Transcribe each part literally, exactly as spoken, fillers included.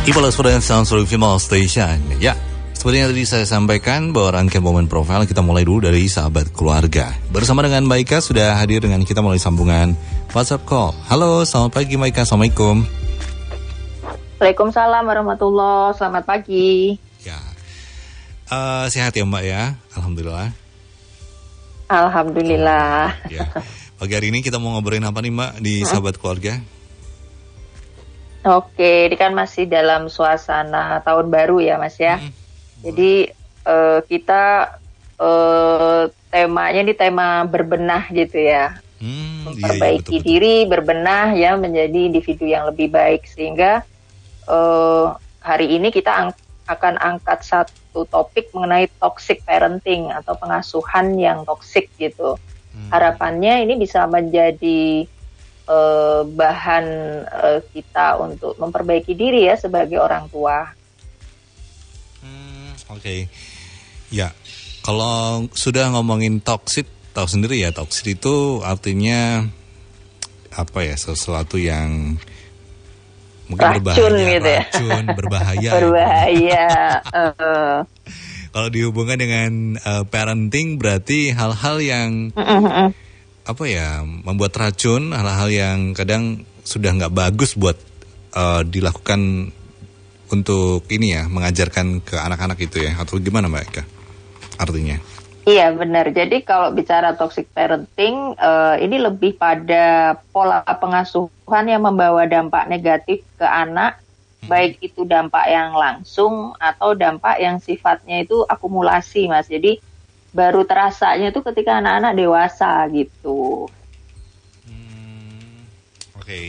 Ipala Student Sound Female Station. Ya, seperti yang tadi saya sampaikan bahwa rangkaian momen profil kita mulai dulu dari sahabat keluarga. Bersama dengan Mbak Ika sudah hadir dengan kita melalui sambungan WhatsApp call. Halo, selamat pagi Mbak Ika, Assalamualaikum. Waalaikumsalam warahmatullahi, selamat pagi. Ya, uh, sehat ya Mbak ya, Alhamdulillah. Alhamdulillah. Ya. Pagi hari ini kita mau ngobrolin apa nih Mbak di sahabat keluarga? Oke, ini kan masih dalam suasana tahun baru ya Mas ya. Hmm. Jadi uh, kita uh, temanya ini tema berbenah gitu ya. Hmm, Memperbaiki iya, iya, betul, diri, betul. berbenah ya menjadi individu yang lebih baik. Sehingga uh, hari ini kita ang- akan angkat satu topik mengenai toxic parenting atau pengasuhan yang toksik gitu. Hmm. Harapannya ini bisa menjadi Uh, bahan uh, kita untuk memperbaiki diri ya sebagai orang tua. Hmm, Oke, okay. Ya kalau sudah ngomongin toxic, tahu sendiri ya toxic itu artinya apa ya, sesuatu yang mungkin racun berbahaya, gitu ya. racun berbahaya. berbahaya. uh. Kalau dihubungkan dengan uh, parenting berarti hal-hal yang apa ya, membuat racun, hal-hal yang kadang sudah nggak bagus buat uh, dilakukan untuk ini ya, mengajarkan ke anak-anak itu ya, atau gimana Mbak Eka artinya? Iya benar, jadi kalau bicara toxic parenting uh, ini lebih pada pola pengasuhan yang membawa dampak negatif ke anak, hmm. baik itu dampak yang langsung atau dampak yang sifatnya itu akumulasi Mas, jadi baru terasanya tuh ketika anak-anak dewasa gitu. Hmm, Oke. Okay.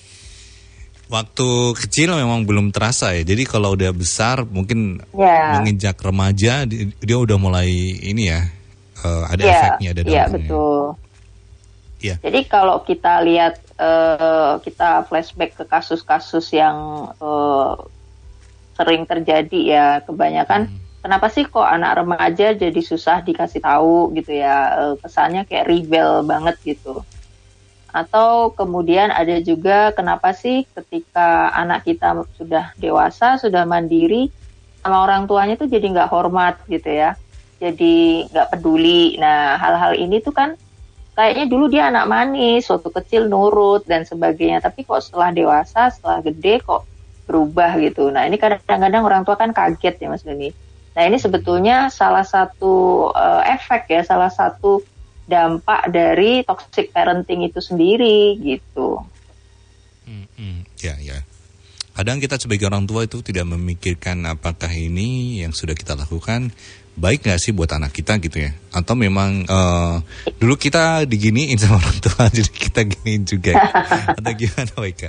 Waktu kecil memang belum terasa ya. Jadi kalau udah besar mungkin yeah. menginjak remaja dia udah mulai ini ya. Uh, ada yeah. efeknya, ada dampaknya. Iya yeah, betul. Yeah. Jadi kalau kita lihat uh, kita flashback ke kasus-kasus yang uh, sering terjadi ya, kebanyakan hmm. kenapa sih kok anak remaja jadi susah dikasih tahu gitu ya, kesannya kayak rebel banget gitu. Atau kemudian ada juga kenapa sih ketika anak kita sudah dewasa, sudah mandiri, sama orang tuanya tuh jadi nggak hormat gitu ya, jadi nggak peduli. Nah hal-hal ini tuh kan kayaknya dulu dia anak manis, waktu kecil nurut dan sebagainya, tapi kok setelah dewasa, setelah gede kok berubah gitu. Nah ini kadang-kadang orang tua kan kaget ya Mas Doni. Nah ini sebetulnya salah satu uh, efek ya, salah satu dampak dari toxic parenting itu sendiri gitu. Hmm, hmm, ya ya. Kadang kita sebagai orang tua itu tidak memikirkan apakah ini yang sudah kita lakukan baik nggak sih buat anak kita gitu ya? Atau memang uh, dulu kita diginiin sama orang tua jadi kita giniin juga? Atau gimana Wika?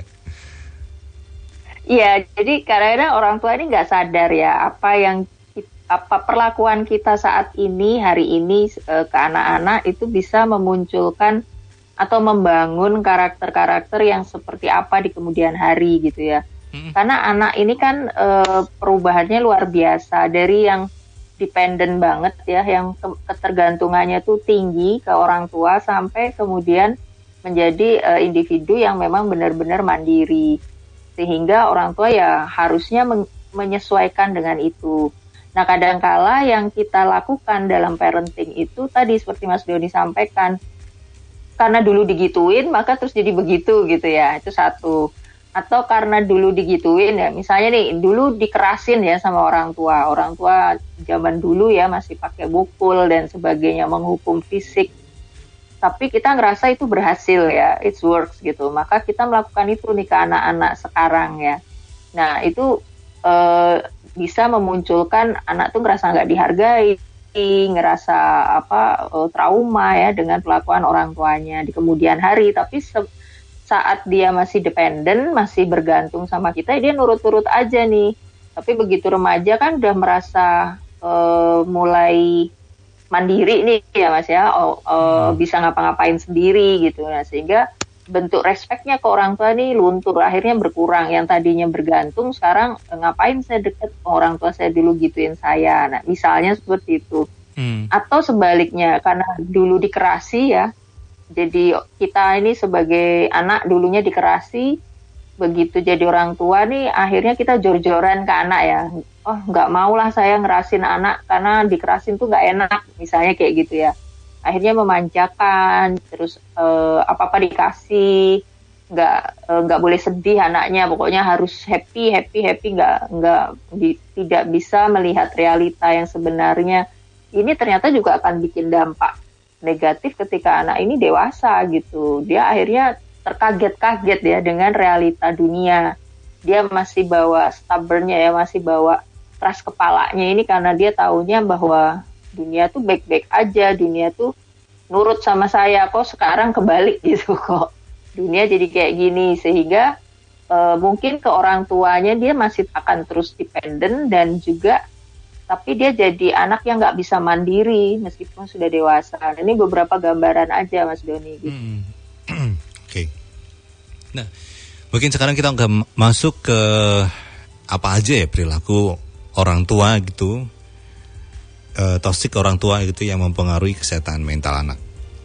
Iya, jadi kadang-kadang orang tua ini nggak sadar ya apa yang apa perlakuan kita saat ini, hari ini e, ke anak-anak itu bisa memunculkan atau membangun karakter-karakter yang seperti apa di kemudian hari gitu ya. Hmm. Karena anak ini kan e, perubahannya luar biasa, dari yang dependen banget ya, yang ke- ketergantungannya tuh tinggi ke orang tua sampai kemudian menjadi e, individu yang memang benar-benar mandiri. Sehingga orang tua ya harusnya men- menyesuaikan dengan itu. Nah kadangkala yang kita lakukan dalam parenting itu tadi seperti Mas Doni sampaikan, karena dulu digituin maka terus jadi begitu gitu ya, itu satu. Atau karena dulu digituin ya, misalnya nih dulu dikerasin ya sama orang tua, orang tua zaman dulu ya masih pakai pukul dan sebagainya, menghukum fisik. Tapi kita ngerasa itu berhasil ya, it works gitu, maka kita melakukan itu nih ke anak-anak sekarang ya. Nah itu eh, bisa memunculkan anak tuh ngerasa nggak dihargai, ngerasa apa trauma ya dengan perlakuan orang tuanya di kemudian hari. Tapi se- saat dia masih dependen, masih bergantung sama kita, dia nurut-nurut aja nih. Tapi begitu remaja kan udah merasa uh, mulai mandiri nih ya Mas ya, oh, uh, hmm. bisa ngapa-ngapain sendiri gitu. Nah sehingga bentuk respeknya ke orang tua nih luntur, akhirnya berkurang. Yang tadinya bergantung sekarang ngapain saya deket orang tua saya dulu gituin saya. Nah misalnya seperti itu. Hmm. Atau sebaliknya karena dulu dikerasi ya, jadi kita ini sebagai anak dulunya dikerasi, begitu jadi orang tua nih akhirnya kita jor-joran ke anak ya. Oh nggak mau lah saya ngerasin anak karena dikerasin tuh nggak enak misalnya kayak gitu ya. Akhirnya memanjakan terus eh, apa-apa dikasih, nggak eh, nggak boleh sedih anaknya, pokoknya harus happy happy happy, nggak nggak di, tidak bisa melihat realita yang sebenarnya. Ini ternyata juga akan bikin dampak negatif ketika anak ini dewasa gitu. Dia akhirnya terkaget-kaget ya dengan realita dunia. Dia masih bawa stubbornnya ya, masih bawa keras kepalanya ini karena dia taunya bahwa dunia tuh baik-baik aja, dunia tuh nurut sama saya, kok sekarang kebalik gitu kok. Dunia jadi kayak gini, sehingga e, mungkin ke orang tuanya dia masih akan terus dependen dan juga tapi dia jadi anak yang nggak bisa mandiri meskipun sudah dewasa. Ini beberapa gambaran aja Mas Doni gitu. Hmm. Oke. Okay. Nah, mungkin sekarang kita akan masuk ke apa aja ya perilaku orang tua gitu, uh, toksik orang tua gitu yang mempengaruhi kesehatan mental anak.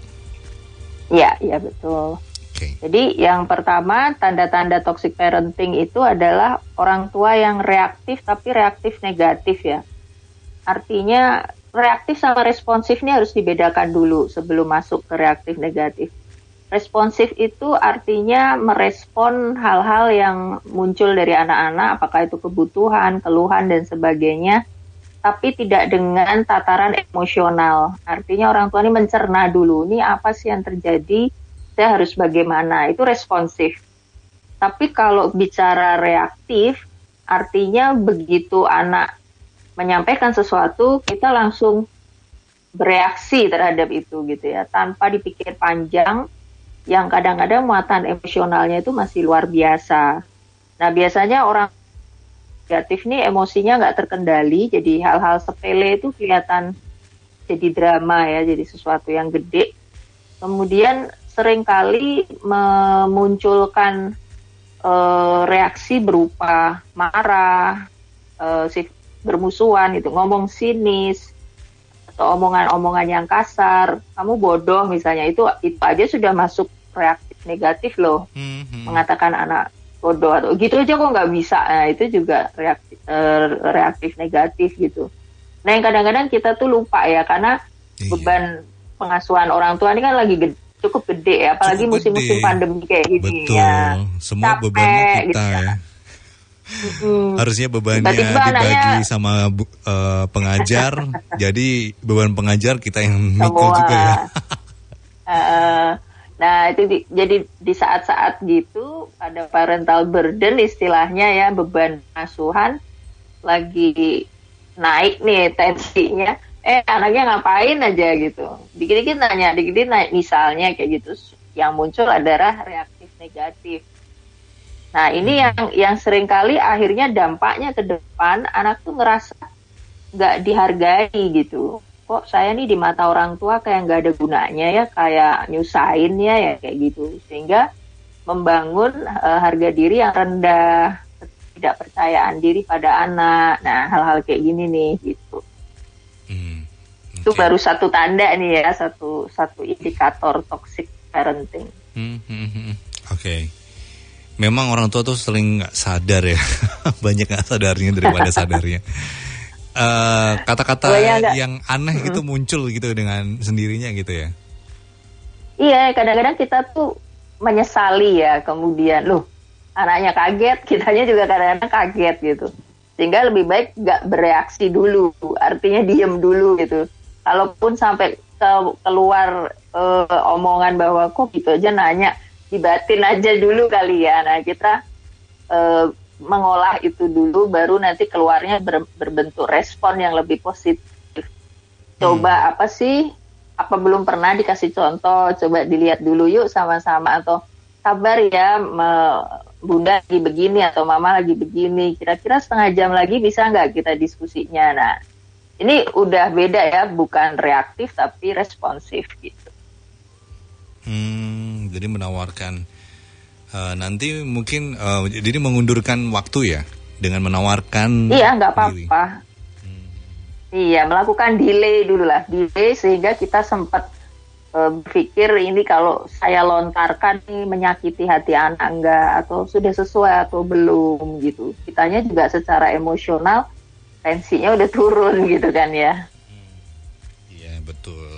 Iya, iya betul. Okay. Jadi yang pertama tanda-tanda toxic parenting itu adalah orang tua yang reaktif tapi reaktif negatif ya. Artinya reaktif sama responsif ini harus dibedakan dulu sebelum masuk ke reaktif negatif. Responsif itu artinya merespon hal-hal yang muncul dari anak-anak, apakah itu kebutuhan, keluhan, dan sebagainya, tapi tidak dengan tataran emosional. Artinya orang tua ini mencerna dulu, ini apa sih yang terjadi, saya harus bagaimana, itu responsif. Tapi kalau bicara reaktif, artinya begitu anak menyampaikan sesuatu, kita langsung bereaksi terhadap itu gitu ya, tanpa dipikir panjang, yang kadang-kadang muatan emosionalnya itu masih luar biasa. Nah biasanya orang negatif nih emosinya nggak terkendali, jadi hal-hal sepele itu kelihatan jadi drama ya, jadi sesuatu yang gede. Kemudian seringkali memunculkan e, reaksi berupa marah, e, bermusuhan, itu ngomong sinis, atau omongan-omongan yang kasar, kamu bodoh misalnya, itu itu aja sudah masuk reaktif negatif loh. Mm-hmm. Mengatakan anak bodoh atau gitu aja kok nggak bisa, nah itu juga reaktif, uh, reaktif negatif gitu. Nah yang kadang-kadang kita tuh lupa ya, karena iya. beban pengasuhan orang tua ini kan lagi gede, cukup gede ya, apalagi cukup musim-musim gede. Pandemi kayak gini. Betul. Ya. Semua capek, bebannya kita gitu. Ya. Mm-hmm. Harusnya bebannya dibagi sama uh, pengajar, jadi beban pengajar kita yang mikul juga ya. uh, nah itu di, jadi di saat-saat gitu ada parental burden istilahnya ya, beban asuhan lagi naik nih tensinya, eh anaknya ngapain aja gitu, dikit-dikit nanya, dikit-dikit naik misalnya kayak gitu, yang muncul adalah reaktif negatif. Nah ini yang yang seringkali akhirnya dampaknya ke depan anak tuh ngerasa nggak dihargai gitu. Kok saya nih di mata orang tua kayak nggak ada gunanya ya, kayak nyusahin ya ya kayak gitu. Sehingga membangun uh, harga diri yang rendah, ketidakpercayaan diri pada anak. Nah hal-hal kayak gini nih gitu. Hmm, okay. Itu baru satu tanda nih ya, satu satu indikator toxic parenting. Hmm, hmm, hmm. Oke. Okay. Memang orang tua tuh sering nggak sadar ya, banyak nggak sadarnya daripada sadarnya. Uh, kata-kata oh, ya, yang aneh mm-hmm. gitu muncul gitu dengan sendirinya gitu ya. Iya, kadang-kadang kita tuh menyesali ya, kemudian loh anaknya kaget, kitanya juga kadang-kadang kaget gitu. Sehingga lebih baik nggak bereaksi dulu, artinya diem dulu gitu. Kalaupun sampai ke, keluar uh, omongan bahwa kok gitu aja nanya, dibatin aja dulu kali ya. Nah kita e, mengolah itu dulu, baru nanti keluarnya ber, berbentuk respon yang lebih positif. Coba hmm. apa sih, apa belum pernah dikasih contoh, coba dilihat dulu yuk sama-sama, atau sabar ya me, bunda lagi begini atau mama lagi begini, kira-kira setengah jam lagi bisa nggak kita diskusinya. Nah ini udah beda ya, bukan reaktif tapi responsif gitu. Hmm, jadi menawarkan uh, nanti mungkin uh, jadi mengundurkan waktu ya dengan menawarkan. Iya, nggak apa-apa. Hmm. Iya, melakukan delay dulu lah, delay sehingga kita sempat berpikir ini kalau saya lontarkan nih menyakiti hati anak enggak, atau sudah sesuai atau belum gitu. Kitanya juga secara emosional tensinya udah turun gitu kan ya. Iya, betul.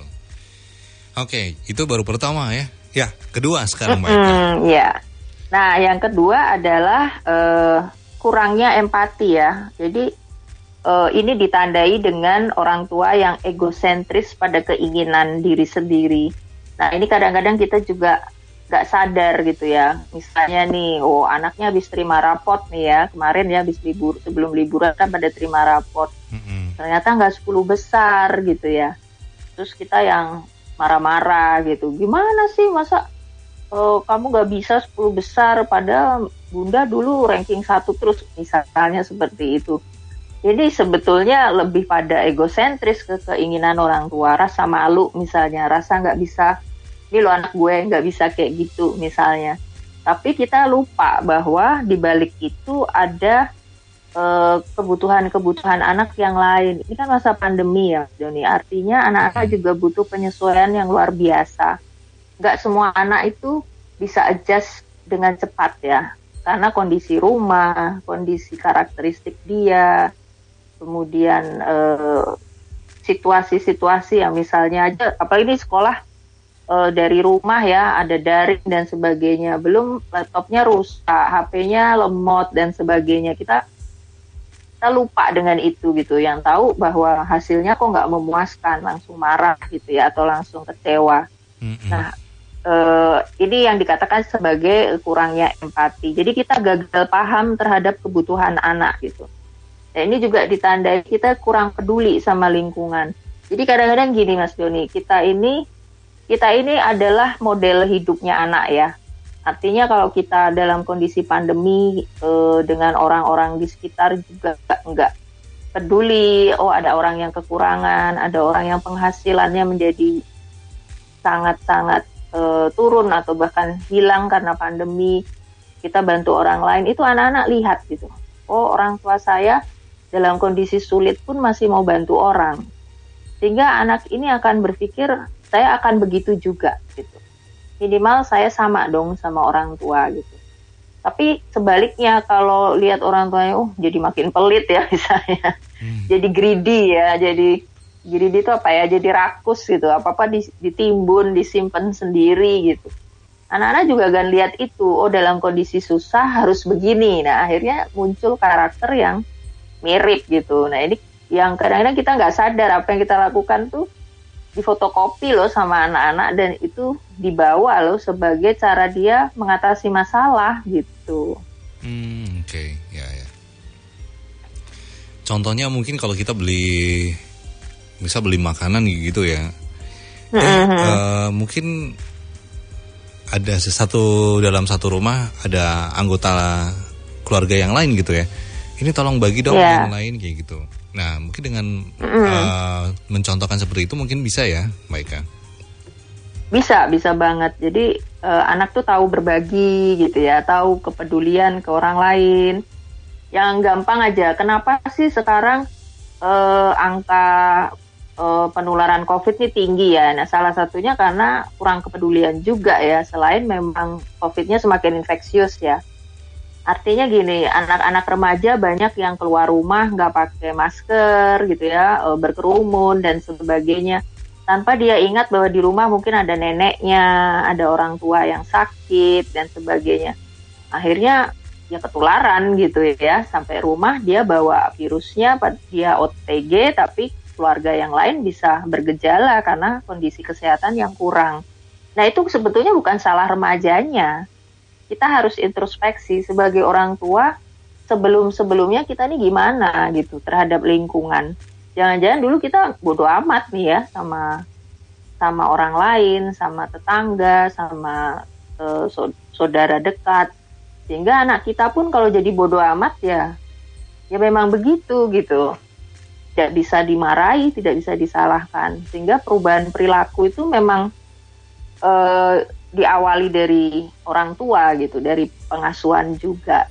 Oke, itu baru pertama ya. Ya, kedua sekarang Mbak Eka. Mm-hmm, ya. Nah, yang kedua adalah uh, kurangnya empati ya. Jadi Uh, ini ditandai dengan orang tua yang egosentris pada keinginan diri sendiri. Nah, ini kadang-kadang kita juga nggak sadar gitu ya. Misalnya nih, oh anaknya habis terima rapot nih ya, kemarin ya habis libur, sebelum liburan kan pada terima rapot. Mm-hmm. Ternyata nggak sepuluh besar gitu ya. Terus kita yang marah-marah gitu. Gimana sih masa uh, kamu nggak bisa sepuluh besar padahal bunda dulu ranking satu terus, misalnya seperti itu. Jadi sebetulnya lebih pada egosentris ke keinginan orang tua, rasa malu misalnya, rasa nggak bisa, ini lo anak gue nggak bisa kayak gitu misalnya. Tapi kita lupa bahwa di balik itu ada uh, kebutuhan-kebutuhan anak yang lain. Ini kan masa pandemi ya, Joni. Artinya anak-anak juga butuh penyesuaian yang luar biasa. Nggak semua anak itu bisa adjust dengan cepat ya, karena kondisi rumah, kondisi karakteristik dia, kemudian eh, situasi-situasi yang misalnya aja, apalagi ini sekolah eh, dari rumah ya, ada daring dan sebagainya, belum laptopnya rusak, H P-nya lemot dan sebagainya, kita kita lupa dengan itu gitu, yang tahu bahwa hasilnya kok nggak memuaskan, langsung marah gitu ya, atau langsung kecewa. Mm-hmm. Nah, eh, ini yang dikatakan sebagai kurangnya empati. Jadi kita gagal paham terhadap kebutuhan anak gitu. Nah, ini juga ditandai kita kurang peduli sama lingkungan. Jadi kadang-kadang gini Mas Doni, kita ini kita ini adalah model hidupnya anak ya. Artinya kalau kita dalam kondisi pandemi eh, dengan orang-orang di sekitar juga enggak peduli, oh ada orang yang kekurangan, ada orang yang penghasilannya menjadi sangat-sangat eh, turun atau bahkan hilang karena pandemi, kita bantu orang lain, itu anak-anak lihat gitu. Oh, orang tua saya dalam kondisi sulit pun masih mau bantu orang. Sehingga anak ini akan berpikir, saya akan begitu juga gitu. Minimal saya sama dong sama orang tua gitu. Tapi sebaliknya kalau lihat orang tuanya, oh jadi makin pelit ya misalnya. Hmm. Jadi greedy ya, jadi greedy itu apa ya? Jadi rakus gitu. Apa-apa ditimbun, disimpan sendiri gitu. Anak-anak juga akan lihat itu, oh dalam kondisi susah harus begini. Nah akhirnya muncul karakter yang mirip gitu. Nah ini yang kadang-kadang kita nggak sadar apa yang kita lakukan tuh difotokopi loh sama anak-anak, dan itu dibawa loh sebagai cara dia mengatasi masalah gitu. Hmm, oke, okay. ya ya. Contohnya mungkin kalau kita beli, bisa beli makanan gitu ya. Mm-hmm. Eh, uh, mungkin ada satu dalam satu rumah ada anggota keluarga yang lain gitu ya. Ini tolong bagi dong yeah. yang lain kayak gitu. Nah mungkin dengan mm. uh, mencontohkan seperti itu mungkin bisa ya Mbak Eka? Bisa, bisa banget. Jadi uh, anak tuh tahu berbagi gitu ya, tahu kepedulian ke orang lain. Yang gampang aja, kenapa sih sekarang uh, angka uh, penularan COVID ini tinggi ya? Nah salah satunya karena kurang kepedulian juga ya, selain memang COVID-nya semakin infeksius ya. Artinya gini, anak-anak remaja banyak yang keluar rumah nggak pakai masker gitu ya, berkerumun dan sebagainya. Tanpa dia ingat bahwa di rumah mungkin ada neneknya, ada orang tua yang sakit dan sebagainya. Akhirnya ya ketularan gitu ya, sampai rumah dia bawa virusnya, dia O T G tapi keluarga yang lain bisa bergejala karena kondisi kesehatan yang kurang. Nah itu sebetulnya bukan salah remajanya. Kita harus introspeksi sebagai orang tua, sebelum-sebelumnya kita nih gimana gitu terhadap lingkungan. Jangan-jangan dulu kita bodoh amat nih ya sama sama orang lain, sama tetangga, sama uh, saudara dekat. Sehingga anak kita pun kalau jadi bodoh amat ya ya memang begitu gitu. Tidak bisa dimarahi, tidak bisa disalahkan. Sehingga perubahan perilaku itu memang uh, diawali dari orang tua gitu, dari pengasuhan juga.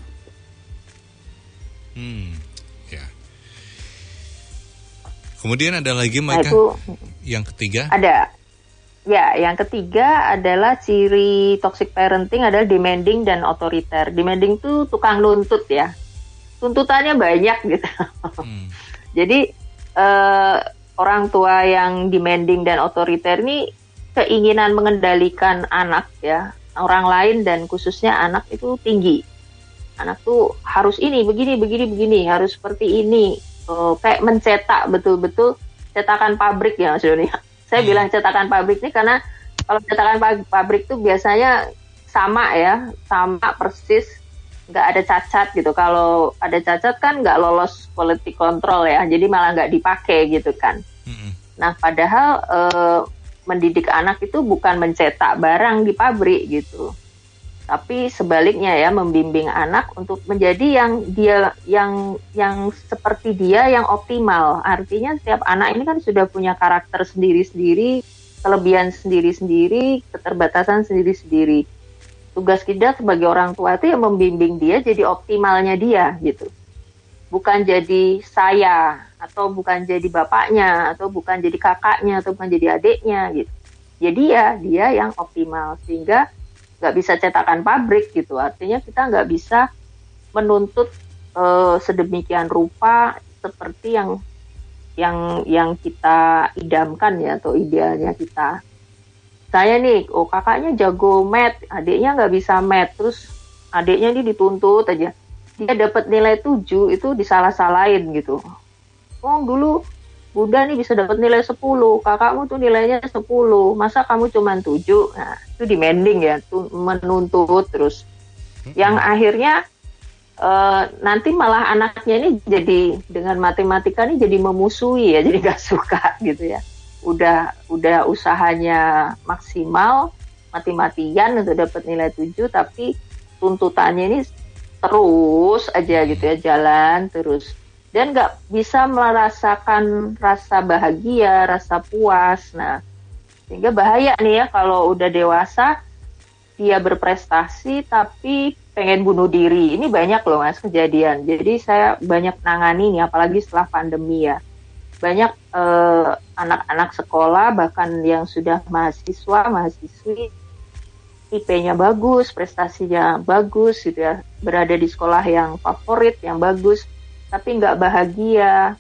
Hmm, ya. Kemudian ada lagi mereka nah, itu, yang ketiga? Ada. Ya, yang ketiga adalah ciri toxic parenting adalah demanding dan otoriter. Demanding tuh tukang nuntut ya. Tuntutannya banyak gitu. Hmm. Jadi eh, orang tua yang demanding dan otoriter ini keinginan mengendalikan anak ya, orang lain dan khususnya anak itu tinggi. Anak tuh harus ini, begini, begini, begini, harus seperti ini. Oh, kayak mencetak betul-betul cetakan pabrik ya Mas Doni. Saya hmm. bilang cetakan pabrik ini karena kalau cetakan pabrik tuh biasanya sama ya, sama persis, nggak ada cacat gitu. Kalau ada cacat kan nggak lolos quality control ya, jadi malah nggak dipakai gitu kan. Hmm. Nah padahal eh, mendidik anak itu bukan mencetak barang di pabrik gitu. Tapi sebaliknya ya, membimbing anak untuk menjadi yang dia yang yang seperti dia yang optimal. Artinya setiap anak ini kan sudah punya karakter sendiri-sendiri, kelebihan sendiri-sendiri, keterbatasan sendiri-sendiri. Tugas kita sebagai orang tua itu yang membimbing dia jadi optimalnya dia gitu. Bukan jadi saya atau bukan jadi bapaknya atau bukan jadi kakaknya atau bukan jadi adiknya gitu. Jadi ya dia yang optimal sehingga nggak bisa cetakan pabrik gitu, artinya kita nggak bisa menuntut uh, sedemikian rupa seperti yang yang yang kita idamkan ya atau idealnya kita. Saya nih, oh kakaknya jago math, adiknya nggak bisa math, terus adiknya ini dituntut aja, dia dapat nilai tujuh itu disalah-salahin gitu. Oh dulu Bunda nih bisa dapat nilai sepuluh, kakakmu tuh nilainya sepuluh, masa kamu cuma tujuh? Nah, itu demanding ya, tuh menuntut terus. Hmm. Yang akhirnya uh, nanti malah anaknya ini jadi dengan matematika ini jadi memusuhi ya, jadi gak suka gitu ya. Udah udah usahanya maksimal, mati-matian untuk dapat nilai tujuh, tapi tuntutannya ini terus aja gitu ya, jalan terus. Dan nggak bisa merasakan rasa bahagia, rasa puas. Nah, sehingga bahaya nih ya kalau udah dewasa, dia berprestasi tapi pengen bunuh diri. Ini banyak loh Mas kejadian. Jadi saya banyak nangani nih, apalagi setelah pandemi ya. Banyak eh, anak-anak sekolah, bahkan yang sudah mahasiswa, mahasiswi, I P-nya bagus, prestasinya bagus gitu ya. Berada di sekolah yang favorit, yang bagus, tapi nggak bahagia,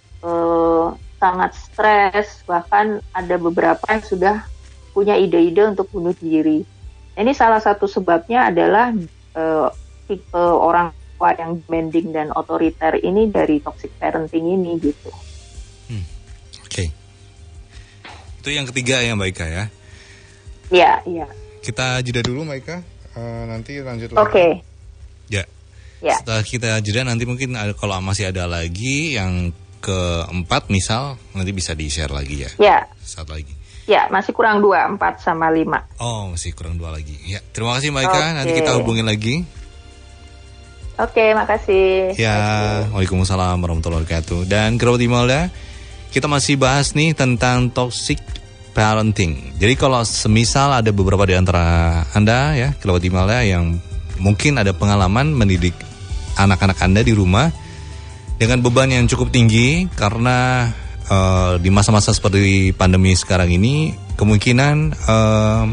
eh, sangat stres, bahkan ada beberapa yang sudah punya ide-ide untuk bunuh diri. Ini salah satu sebabnya adalah eh, tipe orang tua yang demanding dan otoriter ini dari toxic parenting ini gitu. Hmm. Oke, okay. Itu yang ketiga ya Mbak Ika ya? Iya, iya. Kita jeda dulu Mbak Ika, uh, nanti lanjut lagi. Oke. Okay. Ya. Ya. Setelah kita jeda nanti mungkin ada, kalau masih ada lagi yang keempat misal nanti bisa di-share lagi ya. Ya. Satu lagi. Ya, masih kurang dua, empat sama lima. Oh, masih kurang dua lagi. Ya, terima kasih Mbak Ika. Okay. Nanti kita hubungin lagi. Oke, okay, makasih. Ya, waalaikumsalam warahmatullahi wabarakatuh. Dan kerabat Imelda, kita masih bahas nih tentang toxic parenting. Jadi kalau semisal ada beberapa di antara Anda ya, kerabat Imelda yang mungkin ada pengalaman mendidik anak-anak Anda di rumah dengan beban yang cukup tinggi karena uh, di masa-masa seperti pandemi sekarang ini kemungkinan um,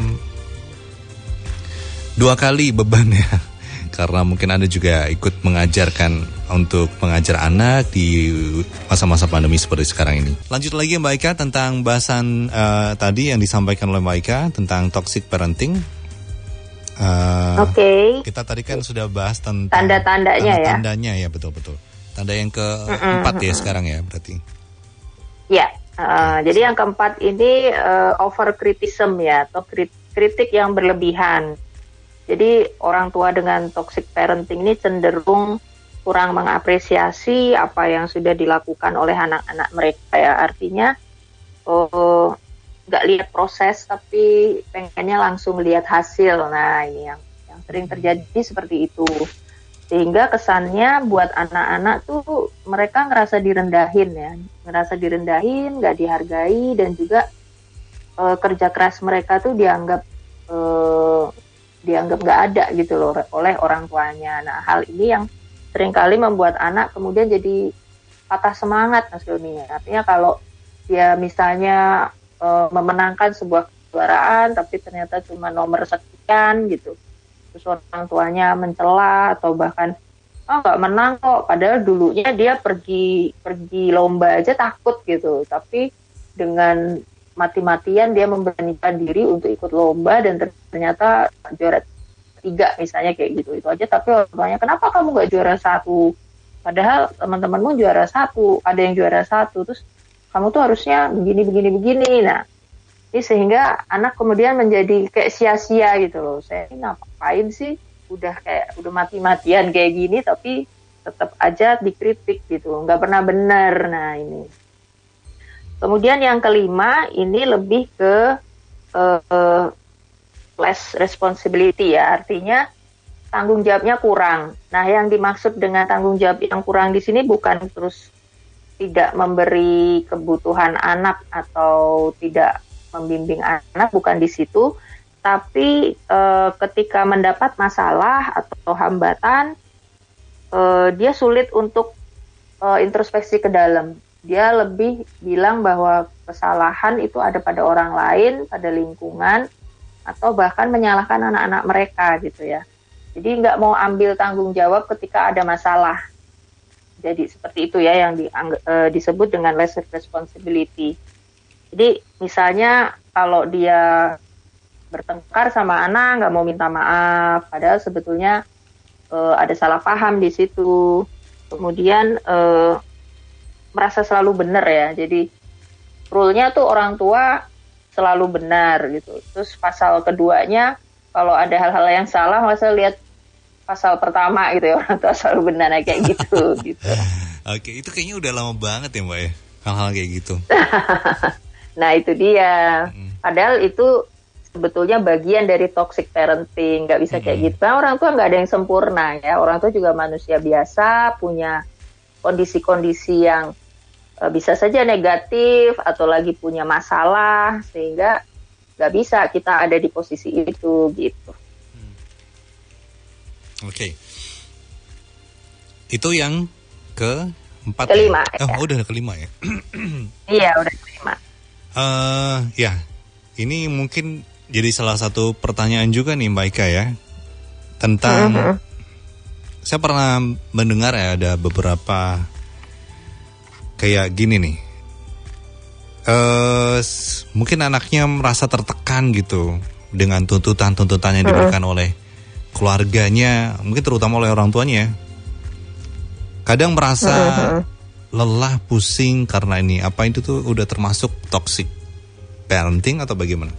dua kali bebannya karena mungkin Anda juga ikut mengajarkan untuk mengajar anak di masa-masa pandemi seperti sekarang ini. Lanjut lagi Mbak Ika tentang bahasan uh, tadi yang disampaikan oleh Mbak Ika tentang toxic parenting. Uh, Oke. Okay. Kita tadi kan sudah bahas tentang tanda-tandanya tanda ya. Tandanya ya betul-betul. Tanda yang keempat mm-mm. ya sekarang ya berarti. Ya. Uh, jadi yang keempat ini uh, over criticism ya atau kritik yang berlebihan. Jadi orang tua dengan toxic parenting ini cenderung kurang mengapresiasi apa yang sudah dilakukan oleh anak-anak mereka ya. Artinya oh, nggak lihat proses tapi pengennya langsung lihat hasil. Nah ini yang yang sering terjadi seperti itu, sehingga kesannya buat anak-anak tuh mereka ngerasa direndahin ya, ngerasa direndahin, nggak dihargai, dan juga e, kerja keras mereka tuh dianggap e, dianggap nggak ada gitu loh oleh orang tuanya. Nah hal ini yang seringkali membuat anak kemudian jadi patah semangat Mas Doni. Artinya kalau dia misalnya Uh, memenangkan sebuah kejuaraan tapi ternyata cuma nomor sekian gitu. Terus orang tuanya mencela atau bahkan oh nggak menang kok, padahal dulunya dia pergi pergi lomba aja takut gitu, tapi dengan mati-matian dia memberanikan diri untuk ikut lomba dan ternyata juara tiga misalnya kayak gitu. Itu aja tapi orang tuanya, kenapa kamu nggak juara satu? Padahal teman-temanmu juara satu, ada yang juara satu, terus kamu tuh harusnya begini begini begini. Nah, ini sehingga anak kemudian menjadi kayak sia-sia gitu loh. Saya ini ngapain sih? Udah kayak udah mati-matian kayak gini, tapi tetap aja dikritik gitu, nggak pernah benar. Nah ini. Kemudian yang kelima ini lebih ke uh, less responsibility ya, artinya tanggung jawabnya kurang. Nah yang dimaksud dengan tanggung jawab yang kurang di sini bukan terus tidak memberi kebutuhan anak atau tidak membimbing anak, bukan di situ, tapi e, ketika mendapat masalah atau hambatan, e, dia sulit untuk e, introspeksi ke dalam. Dia lebih bilang bahwa kesalahan itu ada pada orang lain, pada lingkungan, atau bahkan menyalahkan anak-anak mereka gitu ya. Jadi nggak mau ambil tanggung jawab ketika ada masalah. Jadi seperti itu ya yang di, uh, disebut dengan less responsibility. Jadi misalnya kalau dia bertengkar sama anak, nggak mau minta maaf, padahal sebetulnya uh, ada salah paham di situ. Kemudian uh, merasa selalu benar ya. Jadi rule-nya tuh orang tua selalu benar gitu. Terus pasal keduanya kalau ada hal-hal yang salah, masa lihat pasal pertama gitu ya, orang tua selalu benar kayak gitu gitu. Oke, itu kayaknya udah lama banget ya Mbak ya, hal-hal kayak gitu. Nah itu dia. Hmm. Padahal itu sebetulnya bagian dari toxic parenting, nggak bisa kayak hmm. gitu. Nah, orang tua nggak ada yang sempurna ya. Orang tua juga manusia biasa, punya kondisi-kondisi yang uh, bisa saja negatif atau lagi punya masalah, sehingga nggak bisa kita ada di posisi itu gitu. Oke, okay. Itu yang keempat. Kelima. Ya? Oh, ya. udah kelima ya? Iya, udah kelima. Uh, ya, ini mungkin jadi salah satu pertanyaan juga nih Mbak Ika ya, tentang uh-huh. saya pernah mendengar ya ada beberapa kayak gini nih. Uh, mungkin anaknya merasa tertekan gitu dengan tuntutan-tuntutan yang diberikan uh-huh. oleh keluarganya, mungkin terutama oleh orang tuanya. Kadang merasa uh-huh. lelah, pusing karena ini. Apa itu tuh udah termasuk toxic parenting atau bagaimana?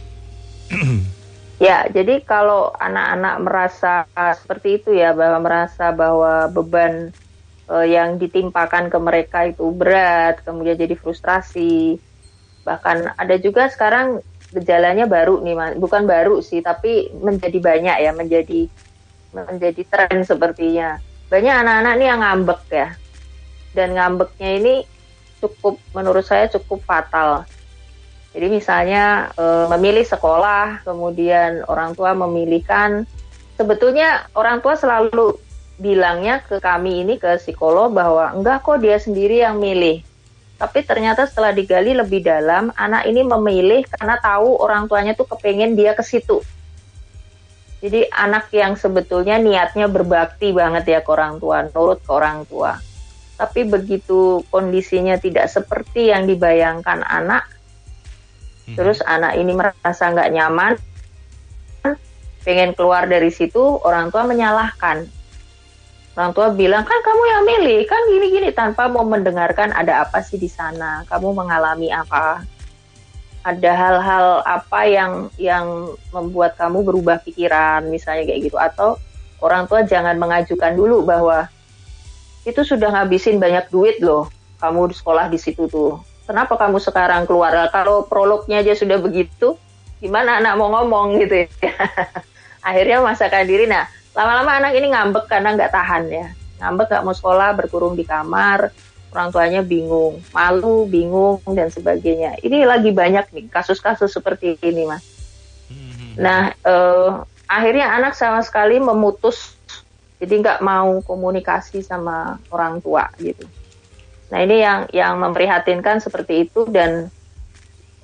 Ya, jadi kalau anak-anak merasa seperti itu ya, bahwa merasa bahwa beban uh, yang ditimpakan ke mereka itu berat, kemudian jadi frustrasi. Bahkan ada juga sekarang gejalanya baru nih, bukan baru sih, tapi menjadi banyak ya, menjadi menjadi tren sepertinya. Banyak anak-anak nih yang ngambek ya, dan ngambeknya ini cukup, menurut saya cukup fatal. Jadi misalnya e, memilih sekolah, kemudian orang tua memilihkan, sebetulnya orang tua selalu bilangnya ke kami ini, ke psikolog, bahwa enggak kok dia sendiri yang milih. Tapi ternyata setelah digali lebih dalam, anak ini memilih karena tahu orang tuanya tuh kepengen dia ke situ. Jadi anak yang sebetulnya niatnya berbakti banget ya ke orang tua, nurut ke orang tua. Tapi begitu kondisinya tidak seperti yang dibayangkan anak, hmm. terus anak ini merasa nggak nyaman, pengen keluar dari situ, orang tua menyalahkan. Orang tua bilang, kan kamu yang milih, kan gini-gini, tanpa mau mendengarkan ada apa sih di sana, kamu mengalami apa, ada hal-hal apa yang yang membuat kamu berubah pikiran, misalnya kayak gitu. Atau orang tua jangan mengajukan dulu bahwa itu sudah ngabisin banyak duit loh, kamu di sekolah di situ tuh, kenapa kamu sekarang keluar? Kalau prolognya aja sudah begitu, gimana anak mau ngomong gitu ya. Akhirnya memaksakan diri. Nah, lama-lama anak ini ngambek karena nggak tahan ya. Ngambek nggak mau sekolah, berkurung di kamar, orang tuanya bingung, malu, bingung, dan sebagainya. Ini lagi banyak nih kasus-kasus seperti ini, Mas. Nah, eh, akhirnya anak sama sekali memutus, jadi nggak mau komunikasi sama orang tua gitu. Nah, ini yang yang memprihatinkan seperti itu, dan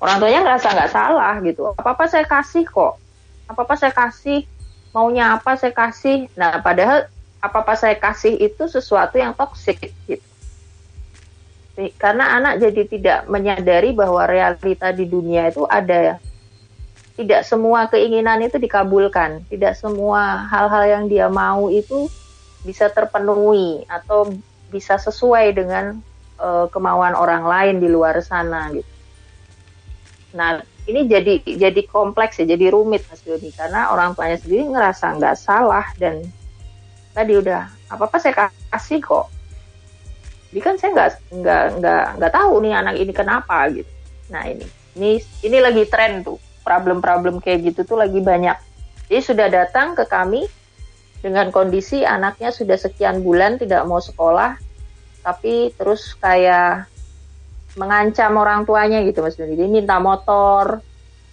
orang tuanya ngerasa nggak salah gitu. Apa-apa saya kasih kok, apa-apa saya kasih, maunya apa saya kasih. Nah, padahal apa-apa saya kasih itu sesuatu yang toksik gitu. Karena anak jadi tidak menyadari bahwa realita di dunia itu ada, tidak semua keinginan itu dikabulkan, tidak semua hal-hal yang dia mau itu bisa terpenuhi atau bisa sesuai dengan uh, kemauan orang lain di luar sana gitu. Nah, ini jadi jadi kompleks ya, jadi rumit Mas Doni, karena orang tuanya sendiri ngerasa nggak salah dan tadi udah apa-apa saya kasih kok. Jadi kan saya nggak nggak nggak nggak tahu nih anak ini kenapa gitu. Nah ini ini ini lagi tren tuh, problem-problem kayak gitu tuh lagi banyak. Jadi sudah datang ke kami dengan kondisi anaknya sudah sekian bulan tidak mau sekolah, tapi terus kayak mengancam orang tuanya gitu Mas Doni. Jadi minta motor,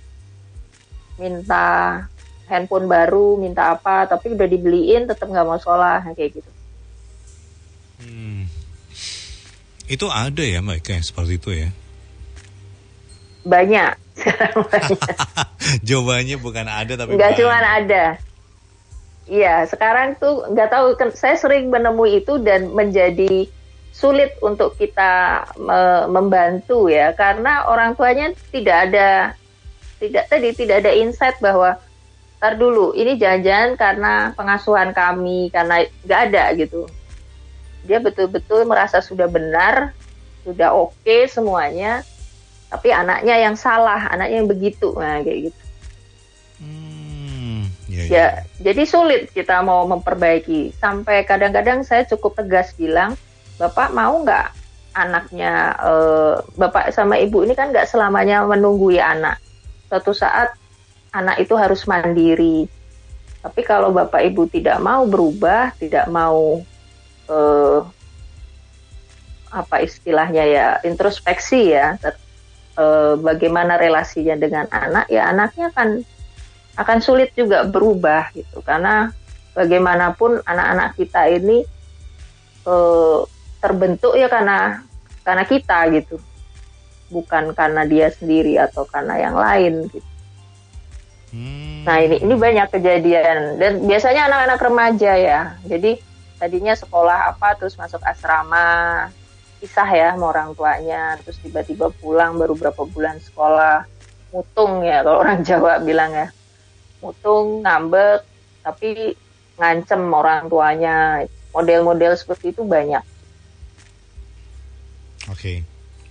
minta handphone baru, minta apa, tapi udah dibeliin tetap nggak mau sekolah kayak gitu. Hmm. Itu ada ya Mbak Ika seperti itu ya? Banyak, sekarang banyak. Jawabannya bukan ada tapi nggak banyak. cuma ada. Iya, sekarang tuh nggak tahu, saya sering menemui itu dan menjadi sulit untuk kita me- membantu ya, karena orang tuanya tidak ada, tidak tadi tidak ada insight bahwa ntar dulu ini jangan-jangan karena pengasuhan kami, karena nggak ada gitu. Dia betul-betul merasa sudah benar, sudah oke okay semuanya, tapi anaknya yang salah, anaknya yang begitu, nah kayak gitu. Hmm, ya, ya, ya, jadi sulit kita mau memperbaiki. Sampai kadang-kadang saya cukup tegas bilang, Bapak mau nggak anaknya, eh, Bapak sama Ibu ini kan nggak selamanya menunggui anak. Suatu saat anak itu harus mandiri. Tapi kalau Bapak Ibu tidak mau berubah, tidak mau eh, apa istilahnya ya, introspeksi ya, eh, bagaimana relasinya dengan anak, ya anaknya akan akan sulit juga berubah gitu, karena bagaimanapun anak-anak kita ini eh, terbentuk ya karena karena kita gitu, bukan karena dia sendiri atau karena yang lain gitu. Hmm. Nah ini ini banyak kejadian dan biasanya anak-anak remaja ya, jadi tadinya sekolah apa terus masuk asrama, pisah ya sama orang tuanya, terus tiba-tiba pulang baru berapa bulan sekolah, mutung ya kalau orang Jawa bilang ya. Mutung, ngambek, tapi ngancem orang tuanya. Model-model seperti itu banyak. Oke.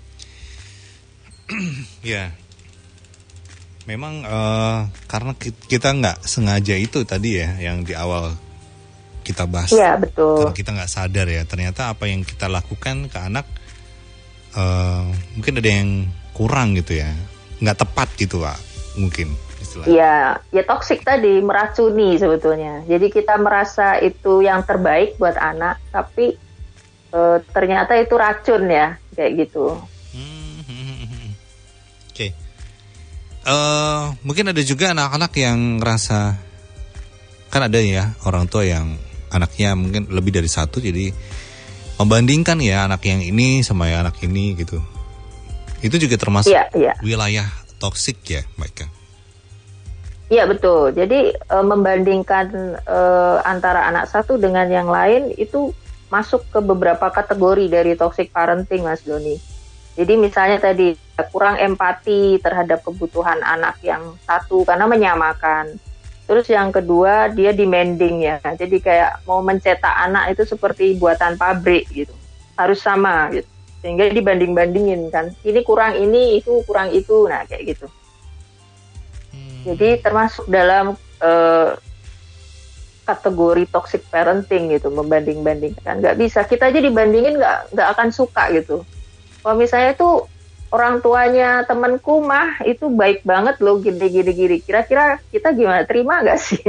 Okay. Ya. Memang uh, karena kita nggak sengaja itu tadi ya, yang di awal kita bahas. Iya, betul. Karena kita nggak sadar ya, ternyata apa yang kita lakukan ke anak uh, mungkin ada yang kurang gitu ya. Nggak tepat gitu Pak, mungkin. Ya, ya toksik tadi, meracuni sebetulnya. Jadi kita merasa itu yang terbaik buat anak, tapi e, ternyata itu racun ya, kayak gitu. Hmm, hmm, hmm. Oke, okay. uh, mungkin ada juga anak-anak yang ngerasa, kan ada ya orang tua yang anaknya mungkin lebih dari satu, jadi membandingkan ya anak yang ini sama ya anak ini gitu. Itu juga termasuk ya, ya. wilayah toksik ya, Mbak Ika? Iya betul. Jadi e, membandingkan e, antara anak satu dengan yang lain itu masuk ke beberapa kategori dari toxic parenting, Mas Doni. Jadi misalnya tadi kurang empati terhadap kebutuhan anak yang satu karena menyamakan. Terus yang kedua dia demanding ya. Jadi kayak mau mencetak anak itu seperti buatan pabrik gitu. Harus sama gitu. Sehingga dibanding-bandingin kan. Ini kurang ini, itu kurang itu. Nah kayak gitu. Jadi termasuk dalam uh, kategori toxic parenting gitu, membanding-bandingkan. Nggak bisa, kita aja dibandingin nggak nggak akan suka gitu. Kalau misalnya tuh orang tuanya temanku mah itu baik banget loh, gini-gini-gini. Kira-kira kita gimana, terima nggak sih?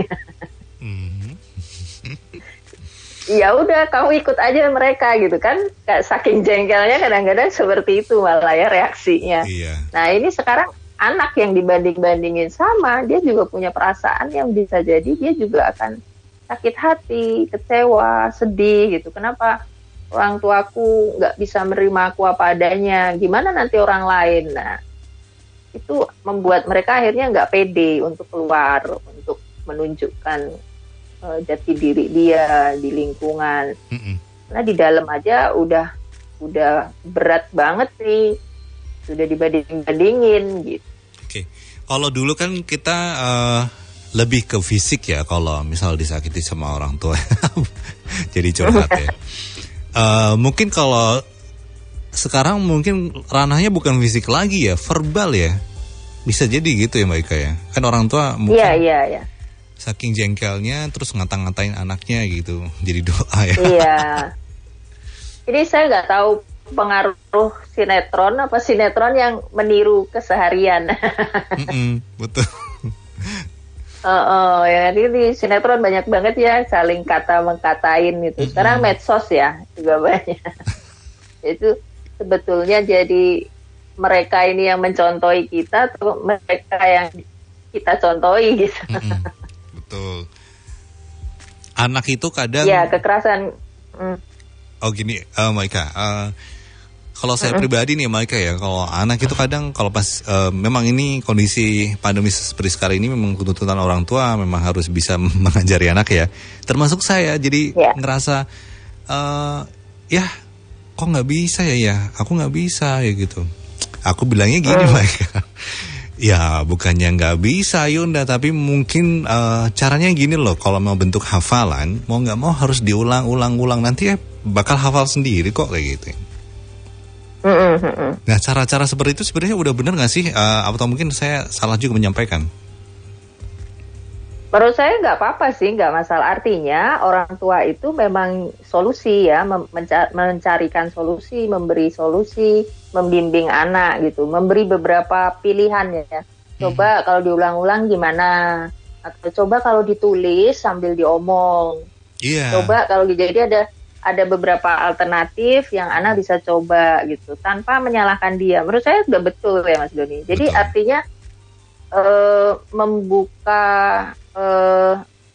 Ya udah, kamu ikut aja mereka gitu kan. Saking jengkelnya kadang-kadang seperti itu malah ya reaksinya. Iya. Nah ini sekarang anak yang dibanding-bandingin sama, dia juga punya perasaan yang bisa jadi dia juga akan sakit hati, kecewa, sedih gitu. Kenapa orang tuaku nggak bisa menerima aku apa adanya? Gimana nanti orang lain? Nah, itu membuat mereka akhirnya nggak pede untuk keluar, untuk menunjukkan uh, jati diri dia di lingkungan. Mm-mm. Karena di dalam aja udah udah berat banget nih, sudah dibanding-bandingin gitu. Oke, kalau dulu kan kita uh, lebih ke fisik ya, kalau misal disakiti sama orang tua, jadi curhat ya. Uh, mungkin kalau sekarang mungkin ranahnya bukan fisik lagi ya, verbal ya. Bisa jadi gitu ya Mbak Ika ya. Kan orang tua mungkin Iya, iya, iya. saking jengkelnya terus ngata-ngatain anaknya gitu. Jadi doa ya. Iya. Jadi saya nggak tahu pengaruh sinetron apa sinetron yang meniru keseharian. Betul. Oh, oh, ya ini di sinetron banyak banget ya saling kata mengkatain gitu. Sekarang medsos ya juga banyak. Itu sebetulnya jadi mereka ini yang mencontohi kita atau mereka yang kita contohi gitu. Mm-mm, betul. Anak itu kadang. Ya kekerasan. Mm. Oh gini, uh, Maika. Uh, kalau saya mm-hmm. pribadi nih Maika ya, kalau anak itu kadang kalau pas uh, memang ini kondisi pandemi seperti sekarang ini memang tuntutan orang tua memang harus bisa mengajari anak ya. Termasuk saya, jadi yeah. ngerasa uh, ya. Kok nggak bisa ya ya, aku nggak bisa ya gitu. Aku bilangnya gini mm. Maika, ya bukannya nggak bisa Yunda, tapi mungkin uh, caranya gini loh, kalau mau bentuk hafalan, mau nggak mau harus diulang-ulang-ulang, nanti ya bakal hafal sendiri kok kayak gitu. Mm-hmm. Nah cara-cara seperti itu sebenarnya udah bener nggak sih, uh, atau mungkin saya salah juga menyampaikan? Menurut saya nggak apa-apa sih, nggak masalah. Artinya orang tua itu memang solusi ya, menca- mencarikan solusi, memberi solusi, membimbing anak gitu, memberi beberapa pilihan ya. Coba hmm. kalau diulang-ulang gimana? Atau coba kalau ditulis sambil diomong. Yeah. Coba kalau jadi ada ada beberapa alternatif yang anak bisa coba gitu, tanpa menyalahkan dia. Menurut saya sudah betul ya Mas Doni. Jadi betul. Artinya uh, membuka Uh,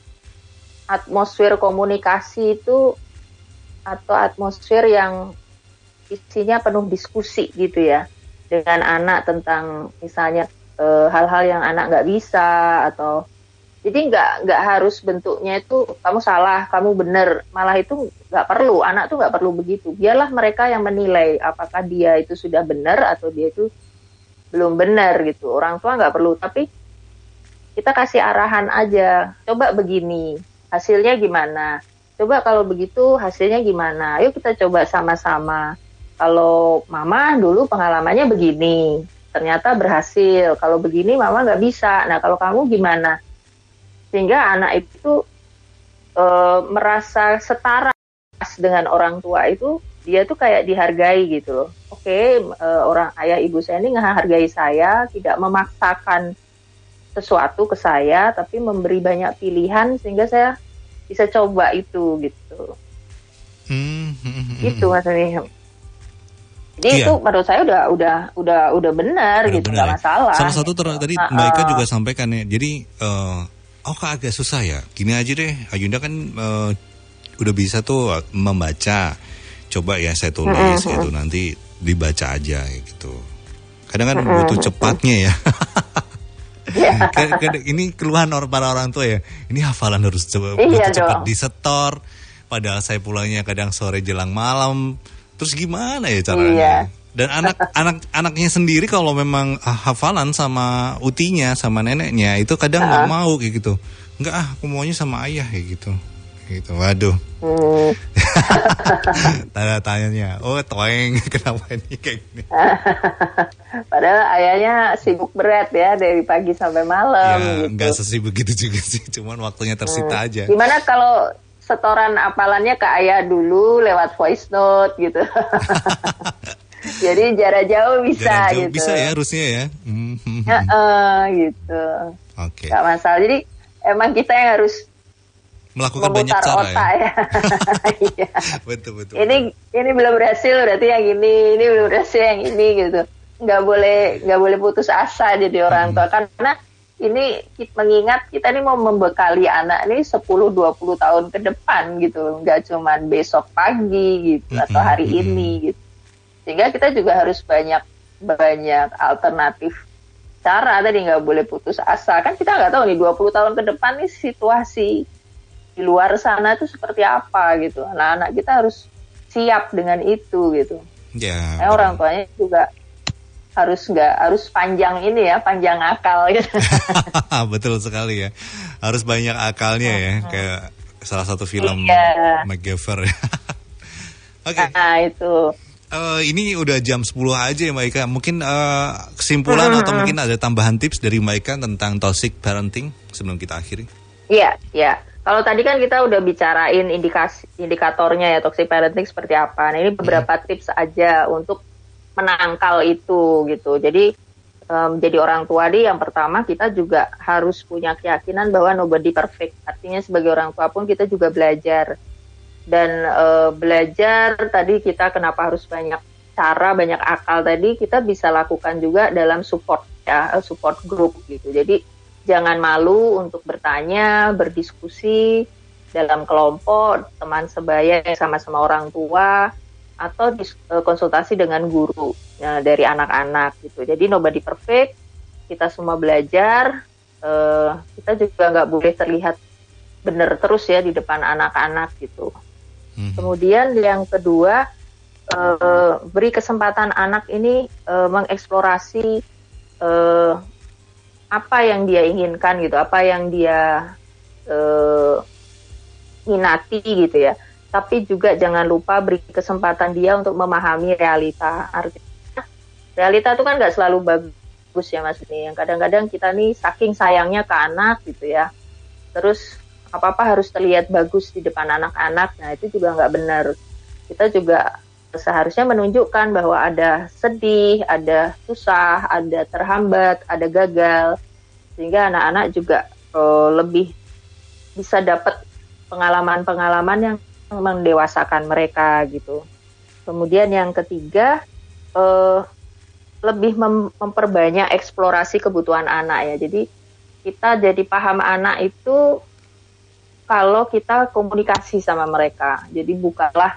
atmosfer komunikasi itu atau atmosfer yang isinya penuh diskusi gitu ya dengan anak tentang misalnya uh, hal-hal yang anak nggak bisa, atau jadi nggak nggak harus bentuknya itu kamu salah, kamu benar, malah itu nggak perlu, anak tuh nggak perlu begitu. Biarlah mereka yang menilai apakah dia itu sudah benar atau dia itu belum benar gitu. Orang tua nggak perlu, tapi kita kasih arahan aja, coba begini, hasilnya gimana? Coba kalau begitu hasilnya gimana? Ayo kita coba sama-sama. Kalau mama dulu pengalamannya begini, ternyata berhasil. Kalau begini mama nggak bisa. Nah kalau kamu gimana? Sehingga anak itu e, merasa setara dengan orang tua itu, dia tuh kayak dihargai gitu loh. Oke, e, orang ayah ibu saya ini menghargai saya, tidak memaksakan sesuatu ke saya, tapi memberi banyak pilihan sehingga saya bisa coba itu gitu. Hmm, hmm, hmm, gitu Mas Ani. Jadi iya. Itu menurut saya udah udah udah udah benar gitu, nggak masalah. Salah satu ter- tadi uh, Mbak Ika uh, juga sampaikan ya. Jadi uh, oh kok agak susah ya. Gini aja deh, Ayunda kan uh, udah bisa tuh membaca. Coba ya saya tulis uh, uh, itu nanti dibaca aja gitu. Kadang kan uh, butuh uh, cepatnya ya. Yeah. Ini keluhan orang para orang tua ya. Ini hafalan harus coba iya cepat disetor. Padahal saya pulangnya kadang sore jelang malam. Terus gimana ya caranya? Iya. Dan anak anak anaknya sendiri kalau memang hafalan sama utinya sama neneknya itu kadang nggak uh-huh. mau kayak gitu. Enggak ah, aku maunya sama ayah kayak gitu. Gitu. Waduh. Hmm. Tanda tanyanya, oh toeng, kenapa ini kayak gini? Padahal ayahnya sibuk berat ya dari pagi sampai malam. Ya, gitu. Nggak sesibuk gitu juga sih, cuman waktunya tersita hmm. aja. Gimana kalau setoran hafalannya ke ayah dulu lewat voice note gitu? Jadi jarak jauh bisa jarak jauh gitu. Bisa ya harusnya ya. Mm-hmm. Ya uh, gitu. Oke. Okay. Gak masalah. Jadi emang kita yang harus melakukan banyak cara otak, ya. ya. betul betul. Ini betul. Ini belum berhasil berarti yang ini, ini belum berhasil yang ini gitu. Nggak boleh nggak boleh putus asa jadi orang tua, hmm. karena ini mengingat kita ini mau membekali anak ini sepuluh dua puluh tahun ke depan gitu, nggak cuman besok pagi gitu hmm. atau hari hmm. ini gitu. Sehingga kita juga harus banyak banyak alternatif cara tadi, nggak boleh putus asa. Kan kita nggak tahu nih dua puluh tahun ke depan nih situasi di luar sana itu seperti apa gitu. Anak-anak kita harus siap dengan itu gitu. Ya. Nah, orang tuanya juga harus nggak harus panjang ini ya, panjang akal gitu. Betul sekali ya. Harus banyak akalnya ya, hmm. kayak salah satu film iya. MacGyver. Oke. Okay. Nah itu. Uh, ini udah jam sepuluh aja ya Mbak Ika. Mungkin uh, kesimpulan hmm. atau mungkin ada tambahan tips dari Mbak Ika tentang toxic parenting sebelum kita akhiri? Iya, iya. Kalau tadi kan kita udah bicarain indikasi indikatornya ya toxic parenting seperti apa. Nah ini beberapa hmm. tips aja untuk menangkal itu gitu. Jadi um, jadi orang tua nih yang pertama kita juga harus punya keyakinan bahwa nobody perfect. Artinya sebagai orang tua pun kita juga belajar. Dan uh, belajar tadi kita kenapa harus banyak cara, banyak akal tadi kita bisa lakukan juga dalam support ya, support group gitu. Jadi jangan malu untuk bertanya, berdiskusi dalam kelompok, teman sebaya yang sama-sama orang tua, atau dis, uh, konsultasi dengan guru ya, dari anak-anak gitu. Jadi nobody perfect, kita semua belajar, uh, kita juga nggak boleh terlihat benar terus ya di depan anak-anak gitu. Hmm. Kemudian yang kedua, uh, beri kesempatan anak ini uh, mengeksplorasi uh, apa yang dia inginkan gitu, apa yang dia uh, minati gitu ya. Tapi juga jangan lupa beri kesempatan dia untuk memahami realita. Artinya realita itu kan nggak selalu bagus ya Mas Beni. Yang kadang-kadang kita nih saking sayangnya ke anak gitu ya. Terus apa-apa harus terlihat bagus di depan anak-anak. Nah itu juga nggak benar. Kita juga seharusnya menunjukkan bahwa ada sedih, ada susah, ada terhambat, ada gagal. Sehingga anak-anak juga uh, lebih bisa dapat pengalaman-pengalaman yang mendewasakan mereka gitu. Kemudian yang ketiga, uh, lebih mem- memperbanyak eksplorasi kebutuhan anak ya. Jadi kita jadi paham anak itu kalau kita komunikasi sama mereka. Jadi bukanlah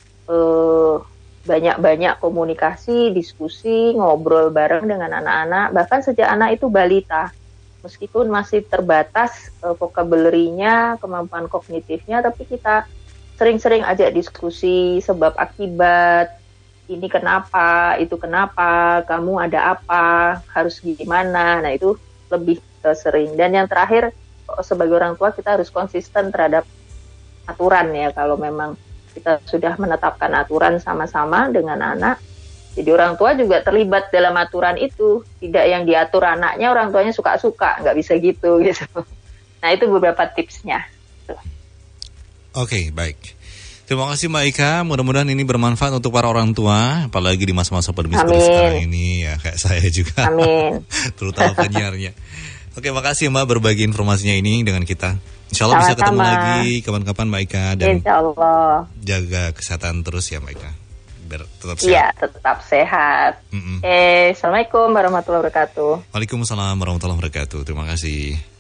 eh, banyak-banyak komunikasi, diskusi, ngobrol bareng dengan anak-anak. Bahkan sejak anak itu balita. Meskipun masih terbatas eh, vocabulary-nya, kemampuan kognitifnya, tapi kita sering-sering ajak diskusi sebab akibat. Ini kenapa, itu kenapa, kamu ada apa, harus gimana. Nah itu lebih eh, sering. Dan yang terakhir, sebagai orang tua kita harus konsisten terhadap aturan ya. Kalau memang kita sudah menetapkan aturan sama-sama dengan anak, jadi orang tua juga terlibat dalam aturan itu. Tidak yang diatur anaknya, orang tuanya suka-suka, nggak bisa gitu gitu. Nah itu beberapa tipsnya. Oke, okay, baik. Terima kasih Mbak Ika. Mudah-mudahan ini bermanfaat untuk para orang tua, apalagi di masa-masa pandemi seperti sekarang ini ya, kayak saya juga. Amin. Terutama penyiarnya. Oke, makasih Mbak berbagi informasinya ini dengan kita. Insya Allah bisa ketemu lagi kapan-kapan Mbak Ika. Dan Insya Allah. Jaga kesehatan terus ya Mbak Ika. Biar tetap sehat. Iya, tetap sehat. Mm-mm. Eh, Assalamualaikum warahmatullahi wabarakatuh. Waalaikumsalam warahmatullahi wabarakatuh. Terima kasih.